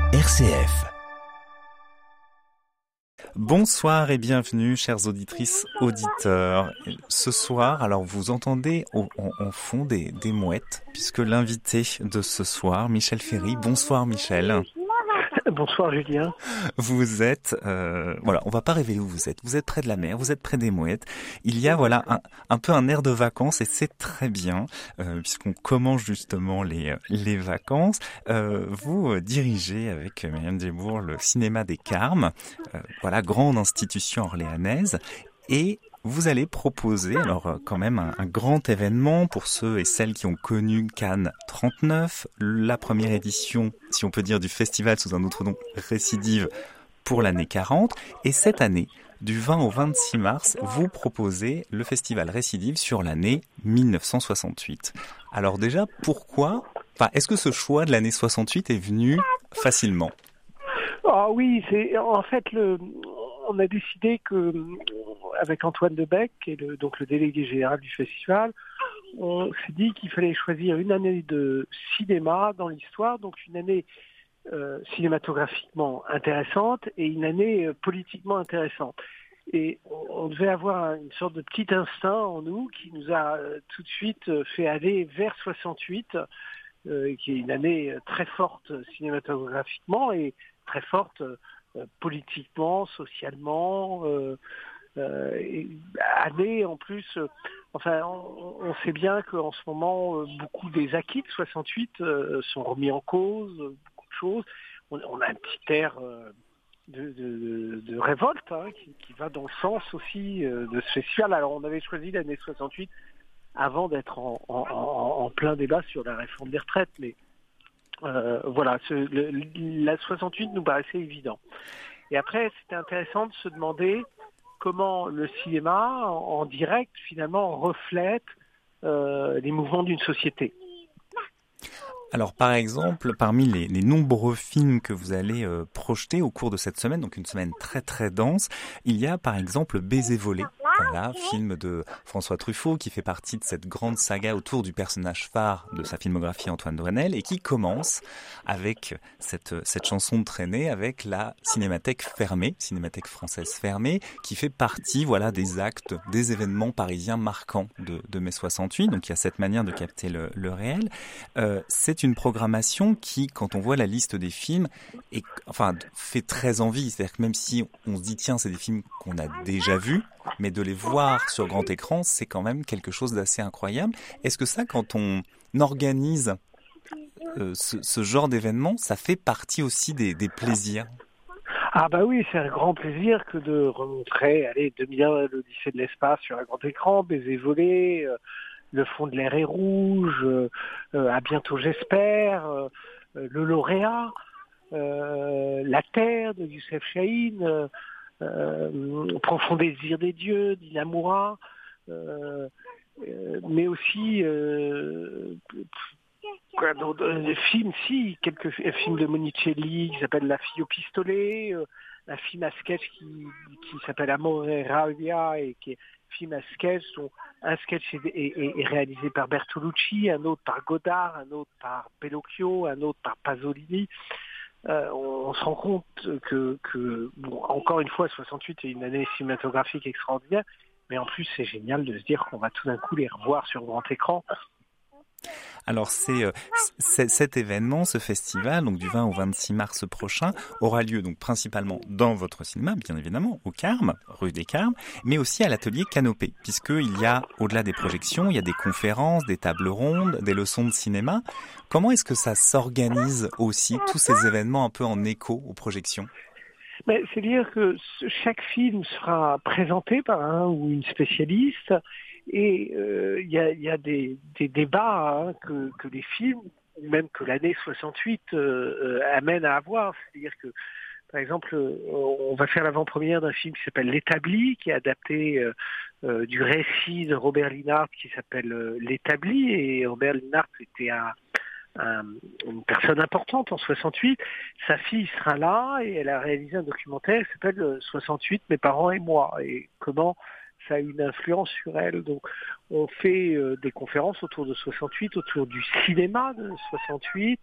RCF. Bonsoir et bienvenue, chères auditrices, auditeurs. Ce soir, alors vous entendez en fond des mouettes, puisque l'invité de ce soir, Michel Ferry. Bonsoir Michel. Bonsoir Julien. Vous êtes, voilà, on va pas révéler où vous êtes. Vous êtes près de la mer, vous êtes près des mouettes. Il y a voilà un peu un air de vacances et c'est très bien, puisqu'on commence justement les vacances. Vous dirigez avec Myriam Desbourg le cinéma des Carmes, voilà, grande institution orléanaise, et vous allez proposer alors quand même un grand événement pour ceux et celles qui ont connu Cannes 39, la première édition, si on peut dire, du festival sous un autre nom, Récidive, pour l'année 40. Et cette année, du 20 au 26 mars, vous proposez le festival Récidive sur l'année 1968. Alors déjà, pourquoi, est-ce que ce choix de l'année 68 est venu facilement ? Ah oui, c'est en fait on a décidé que avec Antoine Debec, qui est donc le délégué général du festival, on s'est dit qu'il fallait choisir une année de cinéma dans l'histoire, donc une année cinématographiquement intéressante et une année politiquement intéressante. Et on devait avoir une sorte de petit instinct en nous qui nous a tout de suite fait aller vers 68, qui est une année très forte cinématographiquement et très forte politiquement, socialement, année en plus. On sait bien qu'en ce moment, beaucoup des acquis de 68 sont remis en cause, beaucoup de choses. On a un petit air de révolte qui va dans le sens aussi de ce festival. Alors on avait choisi l'année 68 avant d'être en plein débat sur la réforme des retraites, mais voilà, la 68 nous paraissait évident. Et après, c'était intéressant de se demander comment le cinéma, en direct, finalement, reflète les mouvements d'une société. Alors par exemple, parmi les nombreux films que vous allez projeter au cours de cette semaine, donc une semaine très très dense, il y a par exemple Baiser volé, voilà, film de François Truffaut qui fait partie de cette grande saga autour du personnage phare de sa filmographie, Antoine Doinel, et qui commence avec cette chanson de traînée avec la Cinémathèque fermée, Cinémathèque française fermée, qui fait partie voilà des actes, des événements parisiens marquants de mai 68. Donc il y a cette manière de capter le réel. C'est une programmation qui, quand on voit la liste des films, fait très envie. C'est-à-dire que même si on se dit tiens, c'est des films qu'on a déjà vus, mais de les voir sur grand écran, c'est quand même quelque chose d'assez incroyable. Est-ce que ça, quand on organise ce genre d'événement, ça fait partie aussi des plaisirs ? Ah bah oui, c'est un grand plaisir que de remontrer 2001, l'Odyssée de l'espace sur un grand écran, Baiser volé, Le fond de l'air est rouge, à bientôt j'espère, Le lauréat, La terre de Youssef Chahine, Profond désir des dieux d'Inamura, mais aussi quelques films de Monicelli qui s'appellent La fille au pistolet, un film à sketch qui s'appelle Amore e Rabbia et qui est film à sketch dont un sketch est réalisé par Bertolucci, un autre par Godard, un autre par Bellocchio, un autre par Pasolini. On se rend compte que encore une fois, 68 est une année cinématographique extraordinaire, mais en plus c'est génial de se dire qu'on va tout d'un coup les revoir sur grand écran. Alors cet événement, ce festival, donc du 20 au 26 mars prochain, aura lieu donc principalement dans votre cinéma, bien évidemment, au Carmes, rue des Carmes, mais aussi à l'atelier Canopée, puisqu'il y a, au-delà des projections, il y a des conférences, des tables rondes, des leçons de cinéma. Comment est-ce que ça s'organise aussi, tous ces événements un peu en écho aux projections ? C'est-à-dire que chaque film sera présenté par un ou une spécialiste et il y a des débats que les films, ou même que l'année 68 amène à avoir. C'est-à-dire que, par exemple, on va faire l'avant-première d'un film qui s'appelle L'Établi, qui est adapté du récit de Robert Linhart qui s'appelle L'Établi. Et Robert Linhart était une personne importante en 68. Sa fille sera là et elle a réalisé un documentaire qui s'appelle 68, mes parents et moi, et comment ça a une influence sur elle. Donc on fait des conférences autour de 68, autour du cinéma de 68,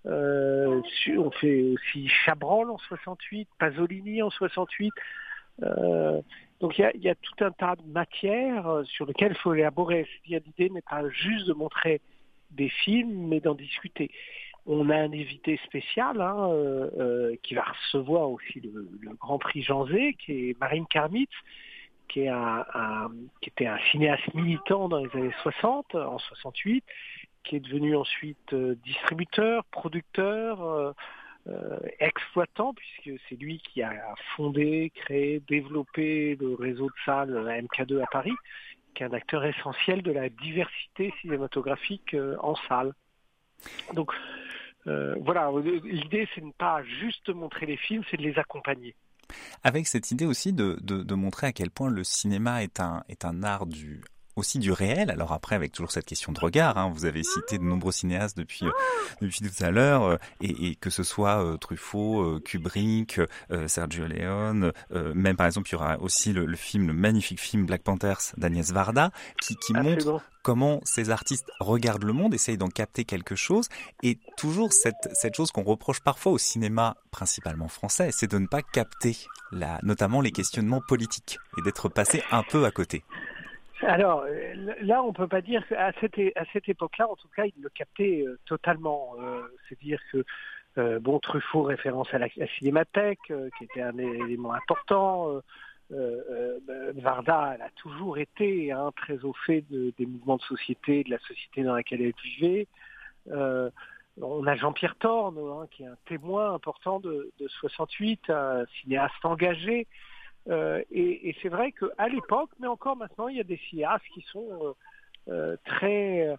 On fait aussi Chabrol en 68, Pasolini en 68. Donc il y a tout un tas de matières sur lesquelles il faut élaborer. C'est-à-dire l'idée n'est pas juste de montrer des films, mais d'en discuter. On a un invité spécial qui va recevoir aussi le Grand Prix Jean Zay, qui est Marine Karmitz, qui était un cinéaste militant dans les années 60, en 68, qui est devenu ensuite distributeur, producteur, exploitant, puisque c'est lui qui a fondé, créé, développé le réseau de salles MK2 à Paris, qui est un acteur essentiel de la diversité cinématographique en salle. Donc voilà, l'idée c'est de ne pas juste montrer les films, c'est de les accompagner. Avec cette idée aussi de montrer à quel point le cinéma est un art aussi du réel. Alors après, avec toujours cette question de regard, hein, vous avez cité de nombreux cinéastes depuis tout à l'heure, et que ce soit Truffaut, Kubrick, Sergio Leone, même par exemple, il y aura aussi le magnifique film Black Panthers d'Agnès Varda, qui montre comment ces artistes regardent le monde, essayent d'en capter quelque chose, et toujours cette chose qu'on reproche parfois au cinéma, principalement français, c'est de ne pas capter notamment les questionnements politiques, et d'être passé un peu à côté. Alors là, on peut pas dire qu'à cette époque-là, en tout cas, il le captait totalement. C'est-à-dire que Truffaut référence à la Cinémathèque, qui était un élément important. Varda, elle a toujours été très au fait des mouvements de société, de la société dans laquelle elle vivait. On a Jean-Pierre Thorne, qui est un témoin important de 68, un cinéaste engagé. Et c'est vrai qu'à l'époque, mais encore maintenant, il y a des cinéastes qui sont très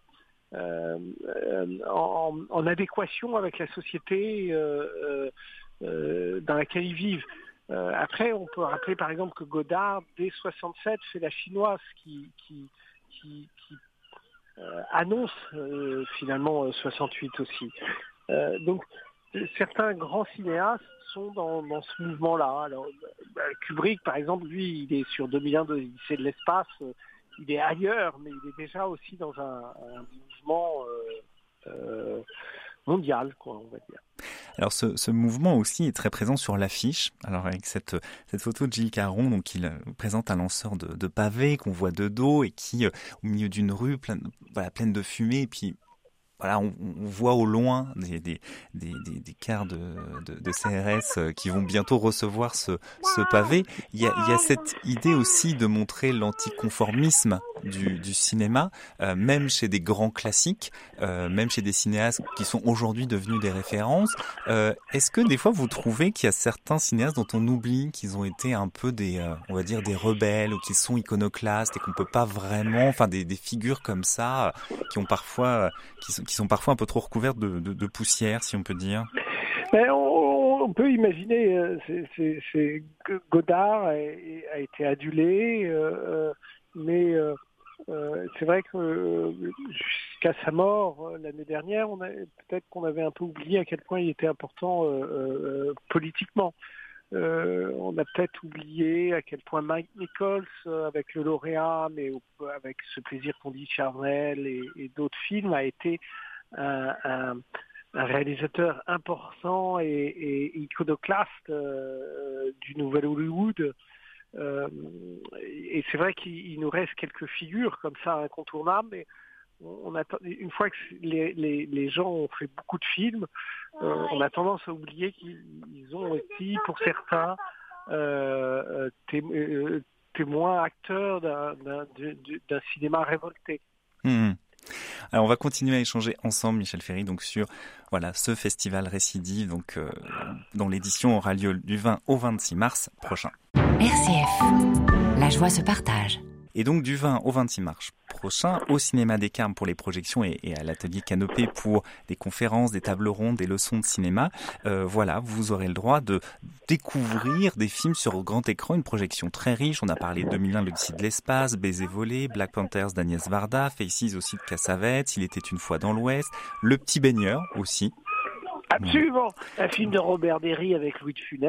en adéquation avec la société dans laquelle ils vivent. Après, on peut rappeler par exemple que Godard, dès 67, fait La Chinoise, qui annonce finalement 68 aussi. Donc, certains grands cinéastes sont dans ce mouvement-là. Alors, Kubrick, par exemple, lui, il est sur 2001 de l'Odyssée de l'espace. Il est ailleurs, mais il est déjà aussi dans un mouvement mondial, quoi, on va dire. Alors ce mouvement aussi est très présent sur l'affiche. Alors avec cette photo de Gilles Caron, donc il présente un lanceur de pavés qu'on voit de dos et qui, au milieu d'une rue pleine de fumée, et puis voilà, on voit au loin des cars de CRS qui vont bientôt recevoir ce pavé. Il y a cette idée aussi de montrer l'anticonformisme du cinéma, même chez des grands classiques, même chez des cinéastes qui sont aujourd'hui devenus des références. Est-ce que des fois vous trouvez qu'il y a certains cinéastes dont on oublie qu'ils ont été un peu on va dire des rebelles, ou qu'ils sont iconoclastes et qu'on peut pas vraiment, enfin des figures comme ça qui sont parfois un peu trop recouvertes de poussière, si on peut dire? Mais on peut imaginer, c'est Godard a été adulé, mais c'est vrai que jusqu'à sa mort l'année dernière, peut-être qu'on avait un peu oublié à quel point il était important politiquement. On a peut-être oublié à quel point Mike Nichols, avec le lauréat, mais avec Ce plaisir qu'on dit charnel et d'autres films, a été un réalisateur important et iconoclaste du nouvel Hollywood. Et c'est vrai qu'il nous reste quelques figures comme ça incontournables, mais une fois que les gens ont fait beaucoup de films, on a tendance à oublier qu'ils ont aussi, pour certains, témoins, acteurs d'un cinéma révolté. Alors on va continuer à échanger ensemble, Michel Ferry, donc sur ce festival Récidive, donc dont l'édition aura lieu du 20 au 26 mars prochain. RCF, la joie se partage. Et donc du 20 au 26 mars prochain, au Cinéma des Carmes pour les projections et à l'atelier Canopée pour des conférences, des tables rondes, des leçons de cinéma. Vous aurez le droit de découvrir des films sur grand écran, une projection très riche. On a parlé de 2001, l'Odyssée de l'espace, Baiser volé, Black Panthers d'Agnès Varda, Faces aussi de Cassavetes, Il était une fois dans l'Ouest, Le Petit baigneur aussi. Absolument, un film de Robert Derry avec Louis de Funès.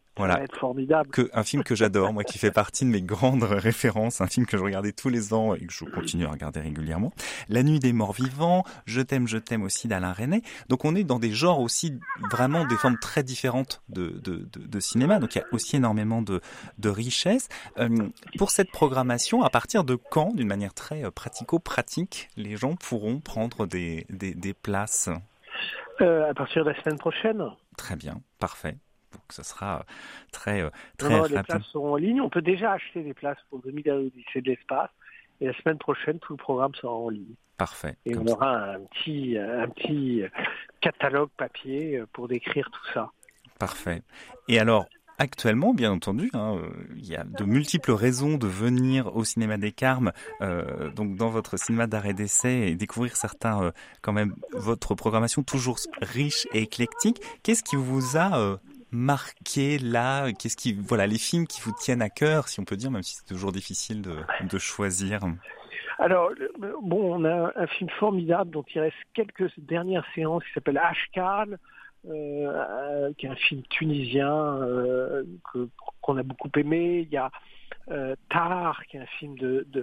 Voilà. Ça va être formidable. Un film que j'adore, moi, qui fait partie de mes grandes références, un film que je regardais tous les ans et que je continue à regarder régulièrement. La Nuit des Morts Vivants, Je t'aime aussi d'Alain Resnais. Donc on est dans des genres aussi, vraiment des formes très différentes de cinéma. Donc il y a aussi énormément de richesse. Pour cette programmation, à partir de quand, d'une manière très pratico-pratique, les gens pourront prendre des places? À partir de la semaine prochaine. Très bien, parfait. Donc ça sera très rapide. Les rapide. places seront en ligne. On peut déjà acheter des places pour 2000 à l'Odyssée de l'espace. Et la semaine prochaine, tout le programme sera en ligne. Parfait. Et on aura un petit catalogue papier pour décrire tout ça. Parfait. Et alors, actuellement, bien entendu, il y a de multiples raisons de venir au cinéma des Carmes, donc dans votre cinéma d'art et d'essai, et découvrir certains, quand même, votre programmation toujours riche et éclectique. Qu'est-ce qui vous a marqué là? Les films qui vous tiennent à cœur, si on peut dire, même si c'est toujours difficile de choisir? Alors, on a un film formidable dont il reste quelques dernières séances qui s'appelle Ashkal, qui est un film tunisien qu'on a beaucoup aimé. Il y a Tar, qui est un film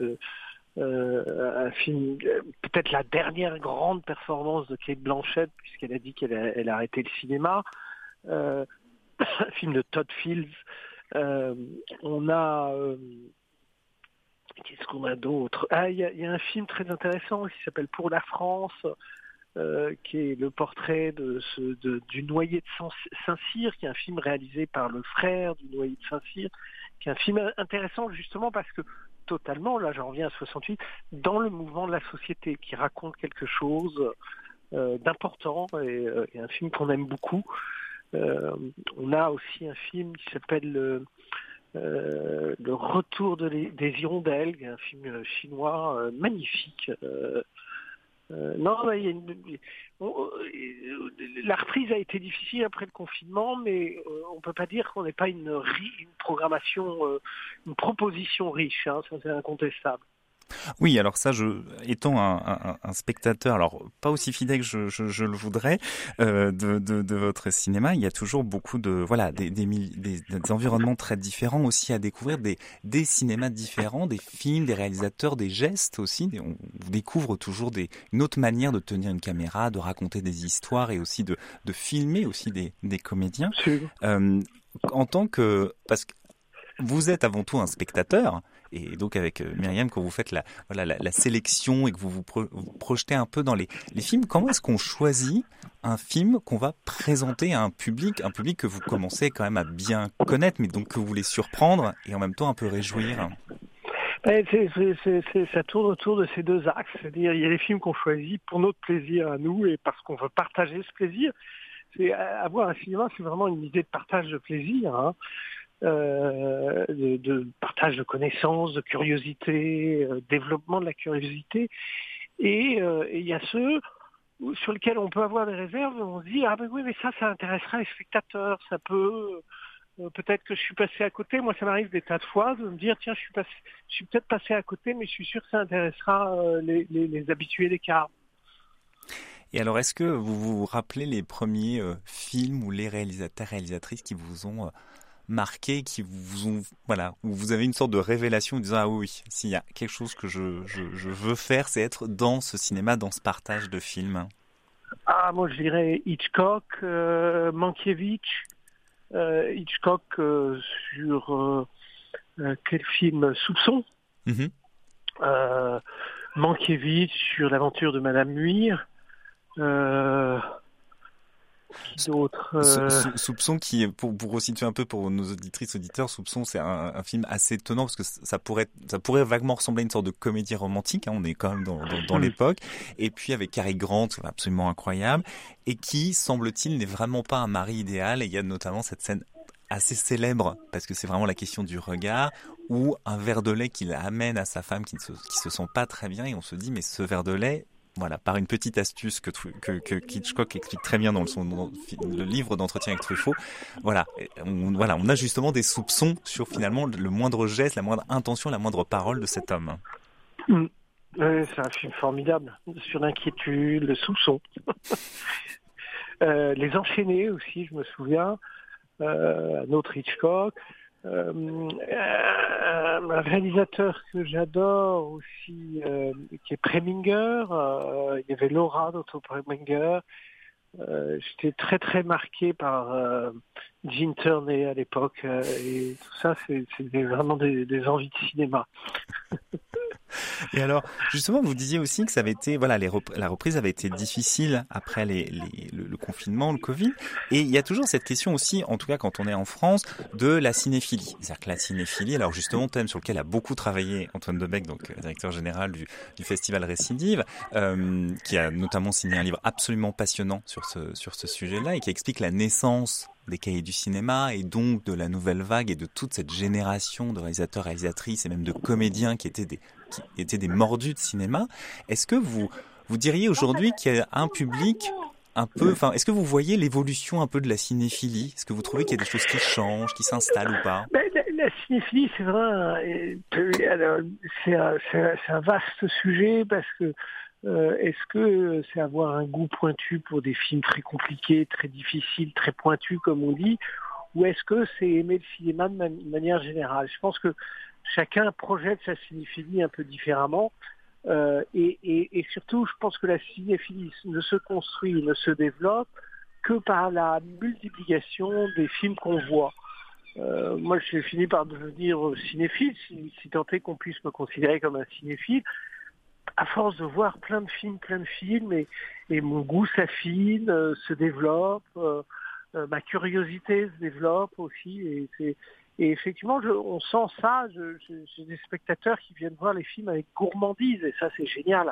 un film, peut-être la dernière grande performance de Cate Blanchett, puisqu'elle a dit qu'elle a arrêté le cinéma. Un film de Todd Fields. On a... qu'est-ce qu'on a d'autre? Il y a un film très intéressant qui s'appelle Pour la France, qui est le portrait du Noyer de Saint-Cyr, qui est un film réalisé par le frère du Noyer de Saint-Cyr, qui est un film intéressant justement parce que totalement, là j'en reviens à 68, dans le mouvement de la société, qui raconte quelque chose d'important et un film qu'on aime beaucoup. On a aussi un film qui s'appelle Le Retour des Hirondelles, un film chinois magnifique. La reprise a été difficile après le confinement, mais on peut pas dire qu'on n'ait pas une programmation, une proposition riche, ça c'est incontestable. Oui, alors ça, étant un spectateur, alors pas aussi fidèle que je le voudrais, de votre cinéma, il y a toujours beaucoup des environnements très différents aussi à découvrir, des cinémas différents, des films, des réalisateurs, des gestes aussi. On découvre toujours une autre manière de tenir une caméra, de raconter des histoires et aussi de filmer aussi des comédiens. Parce que vous êtes avant tout un spectateur. Et donc avec Myriam, quand vous faites la sélection et que vous projetez un peu dans les films, comment est-ce qu'on choisit un film qu'on va présenter à un public que vous commencez quand même à bien connaître, mais donc que vous voulez surprendre et en même temps un peu réjouir? Ça tourne autour de ces deux axes, c'est-à-dire il y a des films qu'on choisit pour notre plaisir à nous et parce qu'on veut partager ce plaisir. Avoir un cinéma, c'est vraiment une idée de partage de plaisir, de partage de connaissances, de curiosité, développement de la curiosité. Et il y a ceux sur lesquels on peut avoir des réserves, on se dit oui, mais ça intéressera les spectateurs, ça peut... peut-être que je suis passé à côté. Moi, ça m'arrive des tas de fois de me dire tiens, je suis peut-être passé à côté, mais je suis sûr que ça intéressera les habitués des Carmes. Et alors, est-ce que vous vous rappelez les premiers films ou les réalisatrices qui vous ont marqué, qui vous ont, où vous avez une sorte de révélation en disant oui, s'il y a quelque chose que je veux faire, c'est être dans ce cinéma, dans ce partage de films? Moi, je dirais Hitchcock, Mankiewicz. Hitchcock sur quel film? Soupçon. Mankiewicz sur l'aventure de Madame Muir. D'autres Soupçon, qui est, pour resituer un peu pour nos auditrices auditeurs, Soupçon, c'est un film assez étonnant parce que ça pourrait vaguement ressembler à une sorte de comédie romantique, on est quand même dans l'époque, et puis avec Cary Grant, absolument incroyable, et qui, semble-t-il, n'est vraiment pas un mari idéal. Et il y a notamment cette scène assez célèbre, parce que c'est vraiment la question du regard, ou un verre de lait qu'il amène à sa femme qui se sent pas très bien, et on se dit mais ce verre de lait, par une petite astuce que Hitchcock explique très bien dans le livre d'entretien avec Truffaut, on a justement des soupçons sur finalement le moindre geste, la moindre intention, la moindre parole de cet homme. C'est un film formidable sur l'inquiétude, le soupçon. Les Enchaînés aussi, je me souviens. un autre Hitchcock. Un réalisateur que j'adore aussi, qui est Preminger. Il y avait Laura d'Otto Preminger. J'étais très très marqué par Gene Tierney à l'époque, et tout ça, c'était vraiment des envies de cinéma. Et alors, justement, vous disiez aussi que ça avait été, voilà, la reprise avait été difficile après le confinement, le Covid. Et il y a toujours cette question aussi, en tout cas quand on est en France, de la cinéphilie. C'est-à-dire que la cinéphilie, alors justement, thème sur lequel a beaucoup travaillé Antoine Debec, donc directeur général du Festival Récidive, qui a notamment signé un livre absolument passionnant sur ce sujet-là et qui explique la naissance des cahiers du cinéma et donc de la nouvelle vague et de toute cette génération de réalisateurs, réalisatrices et même de comédiens qui étaient des mordus de cinéma. Est-ce que vous diriez aujourd'hui qu'il y a un public un peu, enfin, est-ce que vous voyez l'évolution un peu de la cinéphilie? Est-ce que vous trouvez qu'il y a des choses qui changent, qui s'installent ou pas? La cinéphilie, c'est vrai, c'est un vaste sujet parce que est-ce que c'est avoir un goût pointu pour des films très compliqués, très difficiles, très pointus comme on dit, ou est-ce que c'est aimer le cinéma de manière générale? Je pense que chacun projette sa cinéphilie un peu différemment, et surtout je pense que la cinéphilie ne se construit, ne se développe que par la multiplication des films qu'on voit. Moi j'ai fini par devenir cinéphile, si tant est qu'on puisse me considérer comme un cinéphile, à force de voir plein de films, et mon goût s'affine, se développe, ma curiosité se développe aussi, et effectivement, on sent ça. J'ai des spectateurs qui viennent voir les films avec gourmandise, et ça, c'est génial.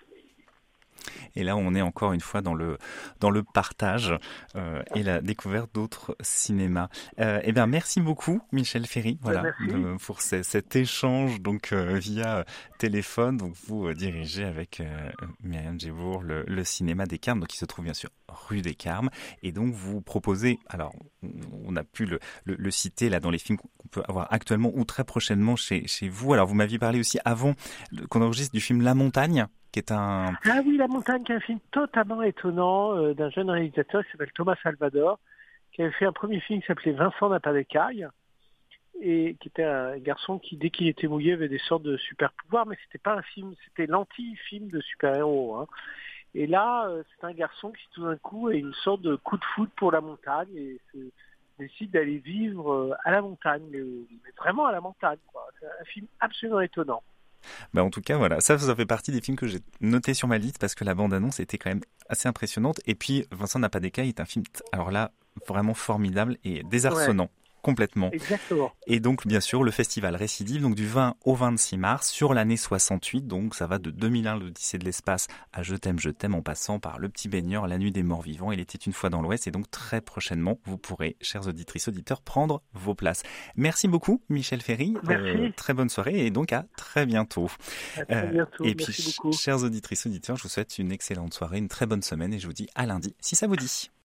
Et là, on est encore une fois dans le partage et la découverte d'autres cinémas. Eh bien, merci beaucoup, Michel Ferry, voilà, pour cet échange donc via téléphone. Donc, vous dirigez avec Myriam Djebour le cinéma des Carmes, donc qui se trouve bien sûr rue des Carmes. Et donc, vous proposez, alors, on a pu le citer là dans les films qu'on peut avoir actuellement ou très prochainement chez vous. Alors, vous m'aviez parlé aussi avant qu'on enregistre du film La Montagne. Ah oui, La Montagne, qui est un film totalement étonnant d'un jeune réalisateur qui s'appelle Thomas Salvador, qui avait fait un premier film qui s'appelait Vincent n'a pas d'écailles, et qui était un garçon qui, dès qu'il était mouillé, avait des sortes de super pouvoirs, mais c'était pas un film, c'était l'anti-film de super-héros. Hein. Et là, c'est un garçon qui tout d'un coup a une sorte de coup de foudre pour la montagne et décide d'aller vivre à la montagne, mais vraiment à la montagne, quoi. C'est un film absolument étonnant. Bah en tout cas, voilà, ça fait partie des films que j'ai noté sur ma liste parce que la bande-annonce était quand même assez impressionnante. Et puis, Vincent n'a pas d'écailles est un film, alors là, vraiment formidable et désarçonnant. Ouais. Complètement. Exactement. Et donc, bien sûr, le festival Récidive, donc du 20 au 26 mars, sur l'année 68. Donc, ça va de 2001, l'Odyssée de l'espace, à Je t'aime, en passant par Le Petit Baigneur, La Nuit des Morts Vivants, Il était une fois dans l'Ouest. Et donc, très prochainement, vous pourrez, chères auditrices, auditeurs, prendre vos places. Merci beaucoup, Michel Ferry. Merci. Très bonne soirée et donc à très bientôt. À très bientôt. Et Merci puis, beaucoup. Chères auditrices, auditeurs, je vous souhaite une excellente soirée, une très bonne semaine et je vous dis à lundi, si ça vous dit.